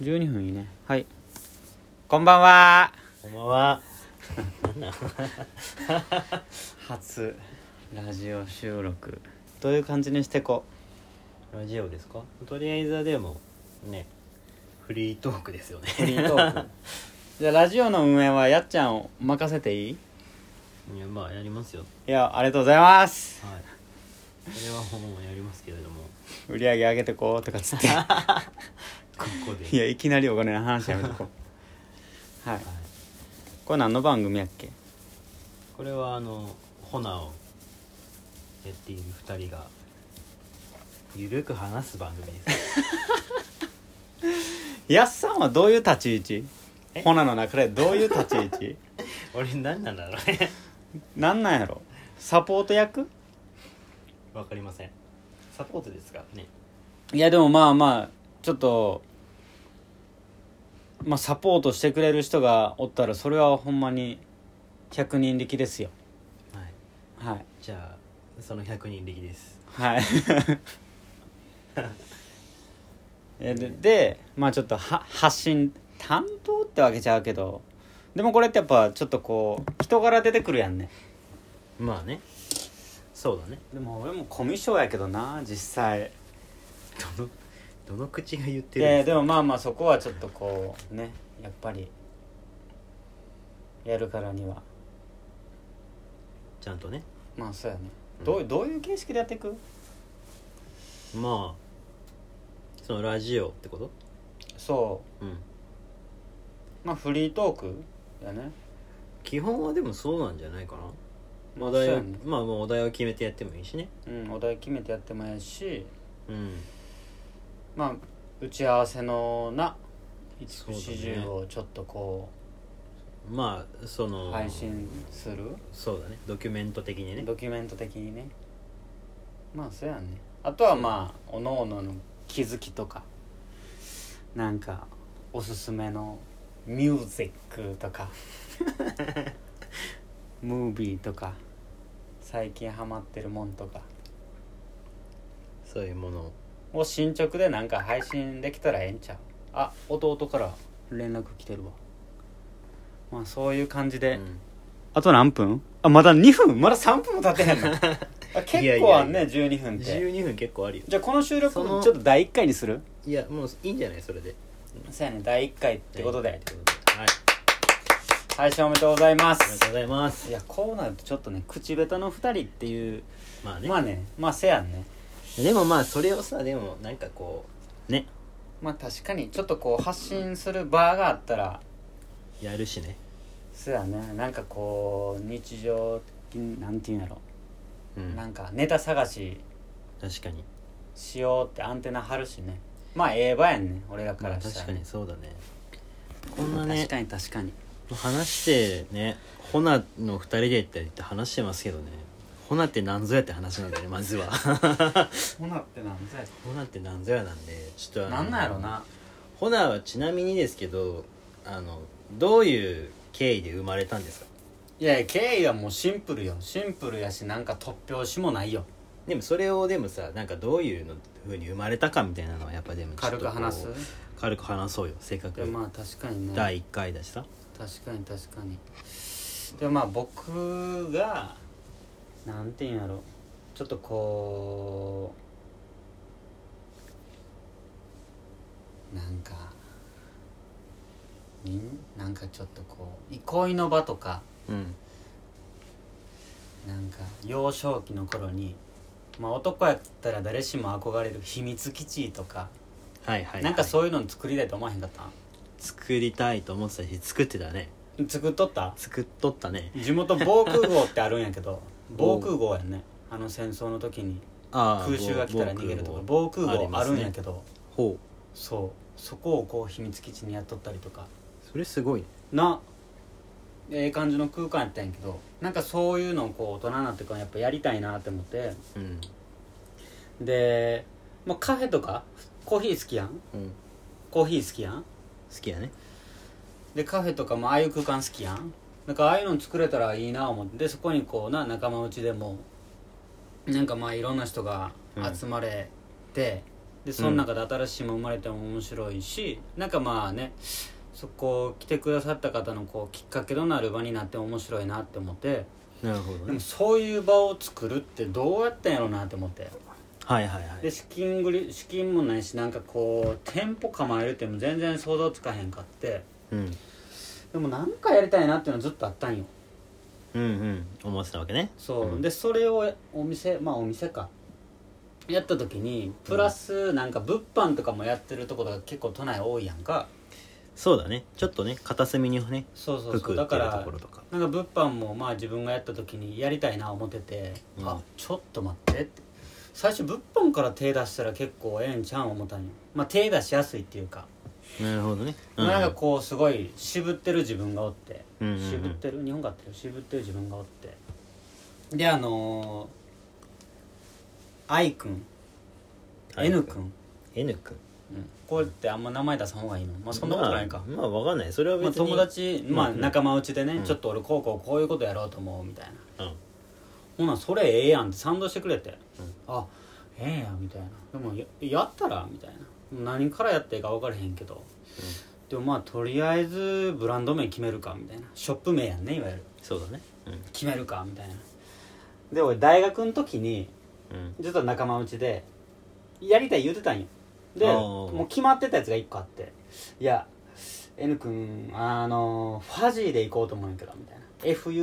12分いいね。はい、こんばんは。 こんばんは。 初ラジオ収録どういう感じにしてこラジオですか？とりあえずでもね、フリートークですよね。 フリートークじゃあラジオの運営はやっちゃんを任せていい？ いや、まあやりますよ。 いや、ありがとうございます。 はい。それはもうやりますけれども、 売り上げ上げてこうとかつってここで。 いや、いきなりお金の話やめとこうはい、 はい、 これ何の番組やっけ？ これはホナをやっている2人がゆるく話す番組です。 やっさんはどういう立ち位置？ えホナの中でどういう立ち位置？ 俺何なんだろうね。 なんなんやろ？サポート役？ わかりません。サポートですかね。 いやでもまあまあちょっとまあサポートしてくれる人がおったらそれはほんまに100人力ですよ。 はい。 はいじゃあその100人力です。 はいでまあちょっと発信担当ってわけちゃうけど、でもこれってやっぱちょっとこう人柄出てくるやんね。 まあね。そうだね。 でも俺もコミュ障やけどな実際。 どの口が言ってるんですか？ でもまあまあそこはちょっとこうね、やっぱりやるからにはちゃんとね。 まあそうやね、 うんどういう形式でやっていく？ まあそのラジオってこと？ そうん。 う、まあフリートークやね。 基本はでもそうなんじゃないかな。 まあお題を、 そうやね、 まあもうお題を決めてやってもいいしね。 お題決めてやってもいいし、 うん。 まあ打ち合わせのな一部そうだね始終をちょっとこまあそうの配信する、 そうだね、ドキュメント的にね。 ドキュメント的にね。まあそうやね。あとはまあおのおのの気づきとかなんかおすすめのミュージックとかムービーとか最近ハマってるもんとかそういうものを進捗でなんか配信できたらええんちゃう？あ、弟から連絡来てるわ。まあそういう感じで、あと何分？あ、まだ2分？まだ3分も経ってへんの？あ、結構あんね。12分って 12分結構あるよ。 じゃあこの収録ちそのょっと第1回にする？ いやもういいんじゃない？それで。 そうやね、第1回ってことで、 はい。 配信おめでとうございまおめですとうございまいす。 や、こうなるとちょっとね、口下手の2人っていうまあね。 まあね、まあせやんね。 でもまあそれをさ、でもなんかこうね、 まあ確かにちょっとこう発信する場があったらやるしね。 そうやね、なんかこう日常的になんていうんやろ、 うん。 なんかネタ探し確かに。 しようってアンテナ張るしね。まあええ場やんね、俺らかまあらしたら、 確かにそうだね。こんなね確かに確かに。 話してね、ホナの2人でって言って話してますけどね、ホナって何ぞやって話なんだよね。まずはほなってなんぞやホナって何ぞやなんで、ちょっとなんなんやろな。 ホナはちなみにですけど、どういう経緯で生まれたんですか？ いやいや、経緯はもうシンプルよ。シンプルやし、なんか突拍子もないよ。 でもそれをでもさ、なんかどういうの風に生まれたかみたいなのはやっぱでもちょっ軽とこうく話す。 軽く話そうよ、せっかくでまあ確かにね、 第1回だしさ。 確かに確かに。でまあ僕がなんていうんやろ、ちょっとこうなんかちょっとこう憩いの場とか、 うんなんか幼少期の頃に、まあ男やったら誰しも憧れる秘密基地とか、 はいはい、はい、 なんかそういうの作りたいと思わへんかった？ 作りたいと思ってたし、作ってたね。 作っとった？ 作っとったね。 地元防空壕ってあるんやけど防空壕やんね。戦争の時に空襲が来たら逃げるとか防空壕あるんやけど、 ね、ほう、 そこをこう秘密基地にやっとったりとか、 それすごいね。 ええ感じの空間やったんやけど、なんかそういうのをこう大人になってからやっぱやりたいなって思って、で、まあ、カフェとかコーヒー好きやん、コーヒー好きやん、 好きやね。 でカフェとかもああいう空間好きやん。なんかああいうの作れたらいいな思って、でそこにこうな仲間内でもなんかまあいろんな人が集まれて、 でその中で新しいもの生まれても面白いし、なんかまあねそこ来てくださった方のこうきっかけとなる場になって面白いなって思って、 なるほどね。 でもそういう場を作るってどうやったんやろうなって思って、 はいはいはい。 で資金もないし、なんかこう店舗構えるっても全然想像つかへんかって、 うん、 でもなんかやりたいなっていうのはずっとあったんよ。 うんうん思ってたわけね。 そう、 うん、 でそれをお店かやった時にプラスなんか物販とかもやってるところが結構都内多いやんか。 そうだね、ちょっとね片隅にねそうそう服売ってるそう、だからところとかなんか物販もまあ自分がやった時にやりたいな思ってて、 うんあちょっと待ってって、最初物販から手出したら結構ええんちゃうん思ったんよ。まあ手出しやすいっていうか、 なるほどね、 なんかこうすごい渋ってる自分がおって、 うんうんうん、 渋ってる日本語合ってる、渋ってる自分がおって、で愛くん N くん、 N 君、 こうやってあんま名前出さん方がいいの？まあそんなことないか。 まあ分かんない、それは別に、 友達、まあうん仲間内でね、 うんちょっと俺こういうことやろうと思うみたいな、 うんほなそれええやんって賛同してくれて、 うんあええやんみたいな、でもやったらみたいな、何からやっていいか分からへんけど、でもまあとりあえずブランド名決めるかみたいな、ショップ名やんねいわゆる、 そうだね、 決めるかみたいな。で俺大学の時にうん実は仲間内でやりたい言うてたんよ。でもう決まってたやつが1個あって、いや N 君ファジーで行こうと思うんやけどみたいな、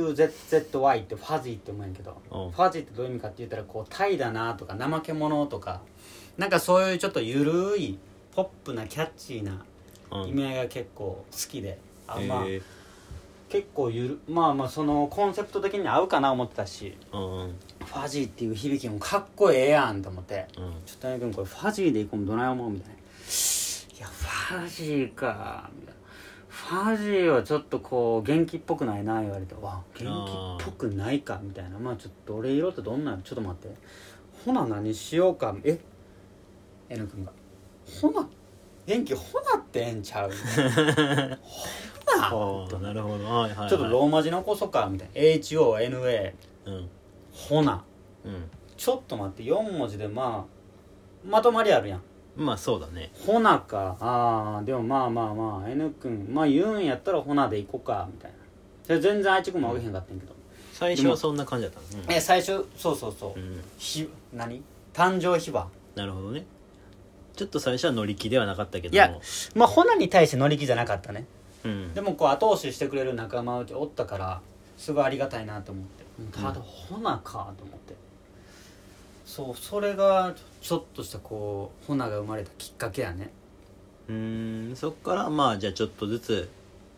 FUZZY ってファジーって思うんやけど、ファジーってどういう意味かって言ったらこうタイだなとか怠け者とか、なんかそういうちょっとゆるいポップなキャッチーな意味合いが結構好きで、まあ結構まあそのコンセプト的に合うかな思ってたし、ファジーっていう響きもかっこええやんと思って、ちょっとね君これファジーで行こうどない思うみたいな、いやファジーかみたいな、ファジーはちょっとこう元気っぽくないな言われて、わ元気っぽくないかみたいな、まあちょっと俺色ってどんなのちょっと待って、ほな何しようか、N 君がほな元気ほなってええんちゃうみたいなほななるほど、はいはいはい、 ちょっとローマ字残そうかみたいな HONA、ほな、ちょっと待って4文字でまとまりあるやん、 まあそうだね、 ほなか、でもまあ N 君まあ言うんやったらほなでいこうかみたいな、全然愛知君もあげへんかったんやけど、 最初はそんな感じだったの、 最初そう、何誕生秘話、 なるほどね、ちょっと最初は乗り気ではなかったけども、 いやまあほなに対して乗り気じゃなかったね、 でもこう後押ししてくれる仲間内おったからすごいありがたいなと思って、ただほなかと思って、そうそれがちょっとしたこうほなが生まれたきっかけやね。 そっからまあじゃあちょっとずつ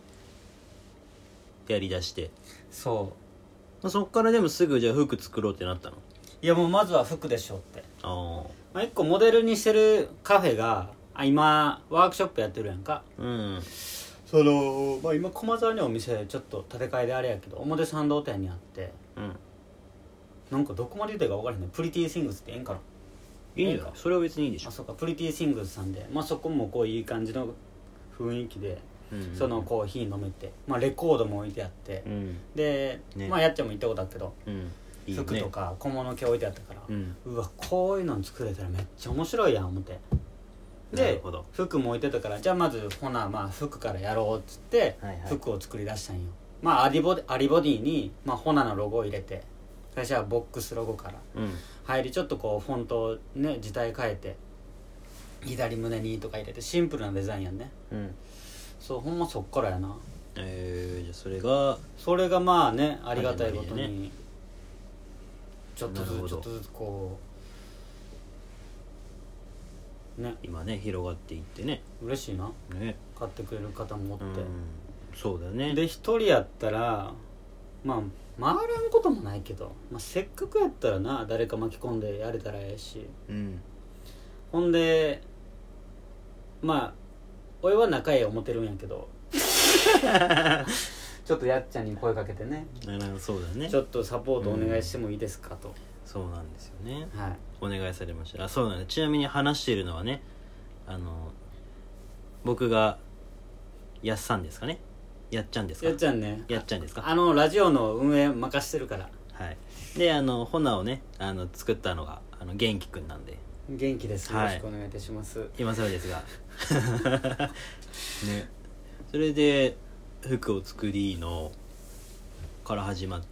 やりだして、 そう、 そっからでもすぐじゃあ服作ろうってなったの？ いやもうまずは服でしょって、 あ、 一個モデルにしてるカフェが今ワークショップやってるやんか、今駒沢にお店ちょっと建て替えであれやけど表参道店にあって、なんかどこまで言うたか分からへんね、プリティシングスってええんかな、 いいんじゃない、それは別にいいでしょ。 あそうか、プリティシングスさんで、そこもこういい感じの雰囲気で、そのコーヒー飲めて、レコードも置いてあって、で、やっちゃんも行ったことあるけど、 いいね、 服とか小物系置いてあったから、うわこういうの作れたらめっちゃ面白いやん思って、で服も置いてたから、じゃあまずほな服からやろうっつって、服を作り出したんよ。アリボディに、ほなのロゴを入れて、最初はボックスロゴから入り、ちょっとこうフォントをね字体変えて左胸にとか入れてシンプルなデザインやんね、そうほんまそっからやな。 じゃあそれがまあねありがたいことに、ちょっとずつこうね今ね広がっていってね、 嬉しいな、買ってくれる方もおって、 そうだね。 で一人やったら回らんこともないけど、せっかくやったらな誰か巻き込んでやれたらええし、ほんで俺は仲ええ思ってるんやけどちょっとやっちゃんに声かけてね、 そうだね、 ちょっとサポートお願いしてもいいですかと、 そうなんですよね、 お願いされました。そうなんです。ちなみに話しているのはね、僕がやっさんですかね、やっちゃんですか、 やっちゃんね、 やっちゃんですか、 ラジオの運営任してるから、 でホナをね作ったのが元気くんなんで、 元気です、 はいよろしくお願いいたします。 今更ですがね、それで服を作りのから始まって、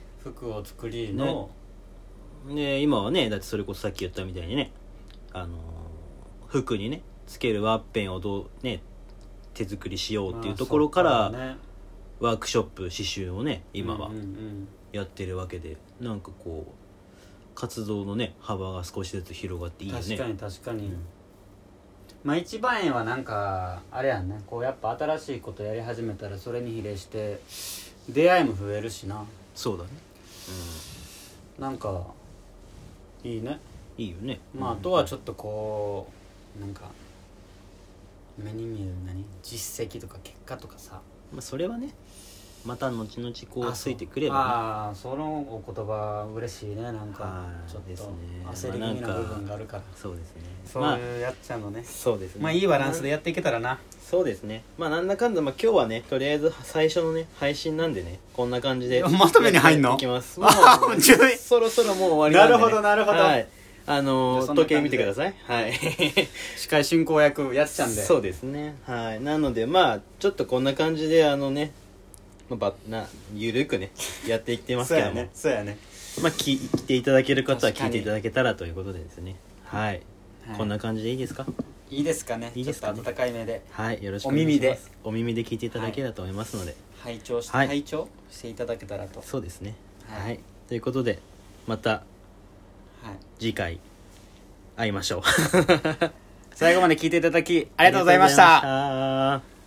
服を作りの、 で今はねだってそれこそさっき言ったみたいにね、服にねつけるワッペンをね手作りしようっていうところから、 ね、 ワークショップ刺繍をね今はうんうんうん、 やってるわけで、なんかこう活動のね幅が少しずつ広がっていいよね。 確かに確かに、 うん、 まあ一番絵はなんかあれやんね、こうやっぱ新しいことやり始めたらそれに比例して出会いも増えるしな。 そうだね、 なんかいいね。 いいよね。 まああとはちょっとこうなんか目に見える実績とか結果とかさ、 まあ、それはねまた後々こうついてくれば、ね、 ああそのお言葉嬉しいね。なんかちょっと焦り気味な部分があるから、 そうですね、 そういうやっちゃうのね、 そうですね、 まあいいバランスでやっていけたらな。 そうですね。まあなんだかんだ、まあ今日はねとりあえず最初のね配信なんでねこんな感じでまとめに入んのいきます。もうそろそろもう終わりなんで、ね、 なるほどなるほど、 はい、時計見てください。はい司会進行役やっちゃんで、 そうですね。はい、なのでまあちょっとこんな感じでゆるくねやっていってますけどもそうやねまあ聞いていただける方は聞いていただけたらということでですね、はい、はい、こんな感じでいいですか？いいですかね。 いいですかね。 ちょっと温かい目で、 はい、よろしくお願いします。お耳で聞いていただけたらと思いますので、 拝聴していただけたらと。 そうですね、 はい、 はい、ということでまた、 はい、 次回会いましょう最後まで聞いていただきありがとうございました。